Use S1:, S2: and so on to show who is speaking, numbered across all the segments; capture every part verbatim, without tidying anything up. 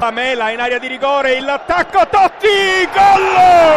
S1: Lamela in area di rigore, l'attacco, Totti, gol!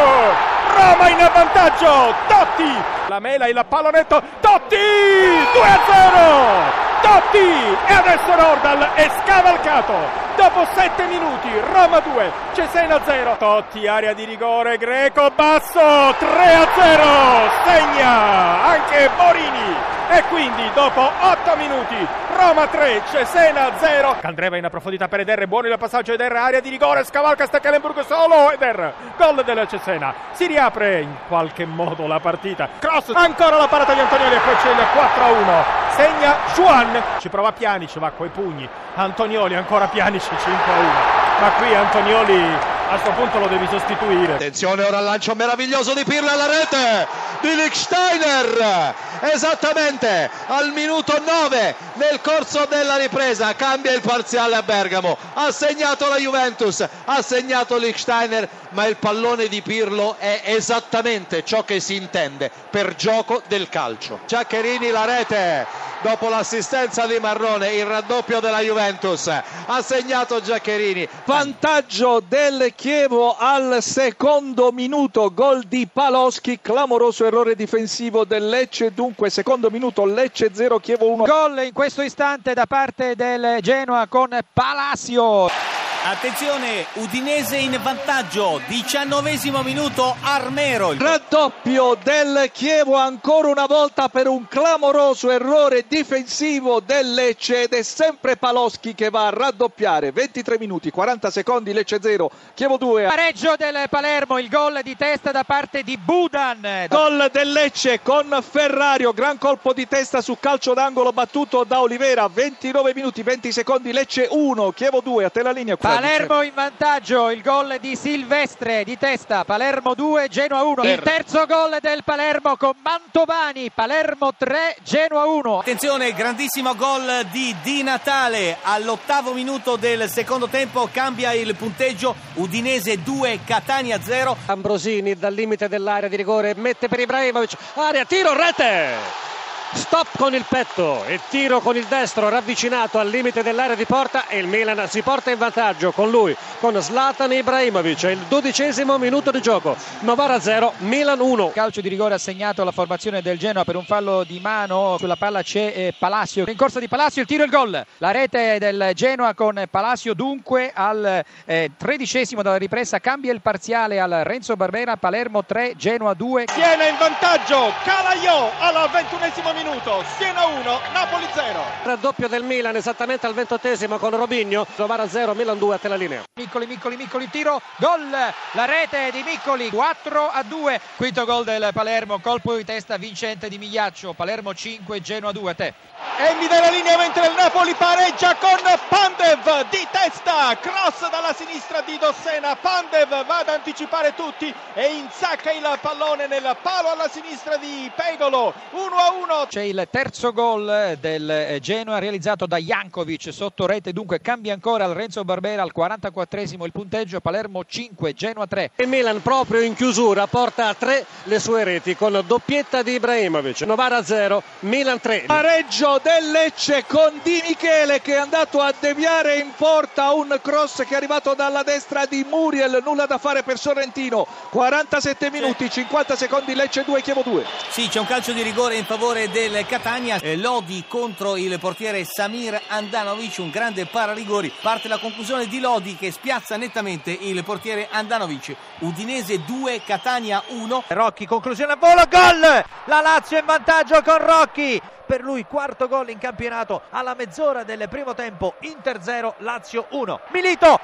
S1: Roma in vantaggio, Totti! Lamela il pallonetto, Totti! due a zero! Totti! E adesso Nordal è scavalcato! Dopo sette minuti, Roma due, Cesena zero. Totti, area di rigore, Greco, basso, tre a zero! Segna anche Borini! E quindi dopo otto minuti, Roma tre, Cesena zero. Candreva in profondità per Eder, buono il passaggio, Eder, area di rigore, scavalca Stekelenburg solo, Eder, gol del Cesena. Si riapre in qualche modo la partita. Cross, ancora la parata di Antonioli e poi c'è il quattro a uno. Segna Juan, ci prova Pjanic, va coi pugni. Antonioli, ancora Pjanic, cinque a uno. Ma qui Antonioli a questo punto lo devi sostituire.
S2: Attenzione, ora il lancio meraviglioso di Pirlo alla rete di Lichtsteiner, esattamente al minuto nove nel corso della ripresa cambia il parziale a Bergamo, ha segnato la Juventus, ha segnato Lichtsteiner, ma il pallone di Pirlo è esattamente ciò che si intende per gioco del calcio. Giaccherini la rete dopo l'assistenza di Marrone, il raddoppio della Juventus, ha segnato Giaccherini.
S3: Vantaggio del Chievo al secondo minuto, gol di Paloschi, clamoroso errore difensivo del Lecce, dunque secondo minuto Lecce zero, Chievo uno.
S4: Gol in questo istante da parte del Genoa con Palacio.
S5: Attenzione, Udinese in vantaggio, diciannovesimo minuto, Armero.
S3: Raddoppio del Chievo ancora una volta per un clamoroso errore difensivo del Lecce ed è sempre Paloschi che va a raddoppiare. ventitré minuti, quaranta secondi, Lecce zero, Chievo due.
S4: Pareggio del Palermo, il gol di testa da parte di Budan.
S3: Gol del Lecce con Ferrario, gran colpo di testa su calcio d'angolo battuto da Olivera. ventinove minuti, venti secondi, Lecce uno, Chievo due. A te la linea.
S4: Palermo in vantaggio, il gol di Silvestre di testa, Palermo due, Genoa uno. Il terzo gol del Palermo con Mantovani, Palermo tre, Genoa uno.
S5: Attenzione, grandissimo gol di Di Natale all'ottavo minuto del secondo tempo, cambia il punteggio, Udinese due, Catania zero.
S6: Ambrosini dal limite dell'area di rigore, mette per Ibrahimovic, area, tiro, rete! Stop con il petto e tiro con il destro ravvicinato al limite dell'area di porta e il Milan si porta in vantaggio con lui, con Zlatan Ibrahimovic. Il dodicesimo minuto di gioco, Novara zero, Milan uno.
S4: Calcio di rigore assegnato alla formazione del Genoa per un fallo di mano, sulla palla c'è eh, Palacio, in corsa di Palacio, il tiro e il gol. La rete del Genoa con Palacio, dunque al eh, tredicesimo dalla ripresa cambia il parziale al Renzo Barbera, Palermo tre, Genoa due.
S1: Siena in vantaggio, Calaiò al ventunesimo minuto, Siena uno, Napoli zero.
S6: Raddoppio del Milan esattamente al ventottesimo con Robinho, Novara zero, Milan due, a te la linea.
S4: Miccoli, Miccoli, Miccoli, tiro, gol, la rete di Miccoli, quattro a due, quinto gol del Palermo, colpo di testa vincente di Migliaccio, Palermo cinque, Genoa due, a te.
S1: E mi dà la linea mentre il Napoli pareggia con Pandev di testa, cross dalla sinistra di Dossena, Pandev va ad anticipare tutti e insacca il pallone nel palo alla sinistra di Pegolo, uno a uno.
S4: C'è il terzo gol del Genoa realizzato da Jankovic sotto rete, dunque cambia ancora al Renzo Barbera al quarantaquattresimo il punteggio, Palermo cinque, Genoa tre.
S6: Il Milan proprio in chiusura porta a tre le sue reti con doppietta di Ibrahimovic, Novara zero, Milan tre.
S3: Pareggio del Lecce con Di Michele che è andato a deviare in porta un cross che è arrivato dalla destra di Muriel, nulla da fare per Sorrentino. quarantasette minuti, cinquanta secondi, Lecce due, Chievo due.
S5: Sì, c'è un calcio di rigore in favore del Catania, eh, Lodi contro il portiere Samir Andanovic, un grande pararigori, parte la conclusione di Lodi che spiazza nettamente il portiere Andanovic. Udinese due, Catania uno.
S4: Rocchi, conclusione a volo, gol! La Lazio in vantaggio con Rocchi, per lui quarto gol in campionato alla mezz'ora del primo tempo, Inter zero, Lazio uno. Milito,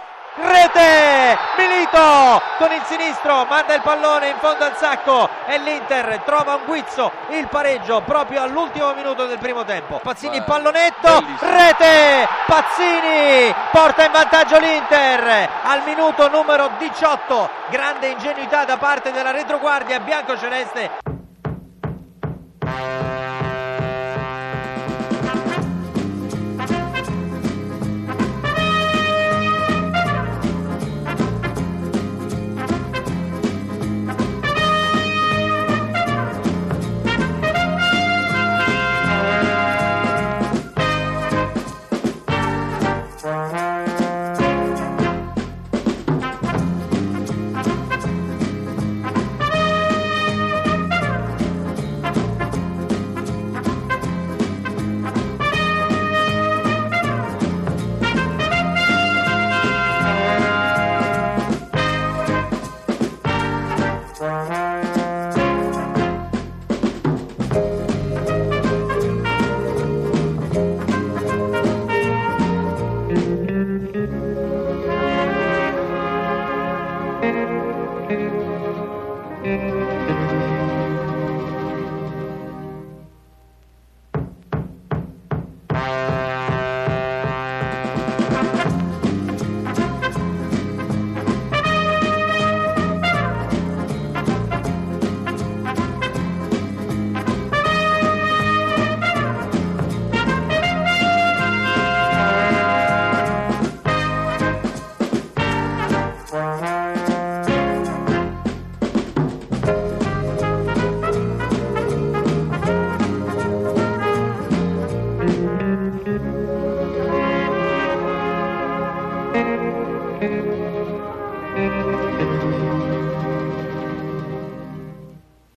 S4: rete, Milito con il sinistro manda il pallone in fondo al sacco e l'Inter trova un guizzo, il pareggio proprio all'ultimo minuto del primo tempo. Pazzini,
S2: Beh,
S4: pallonetto,
S2: bellissimo.
S4: rete, Pazzini porta in vantaggio l'Inter al minuto numero diciotto, grande ingenuità da parte della retroguardia biancoceleste.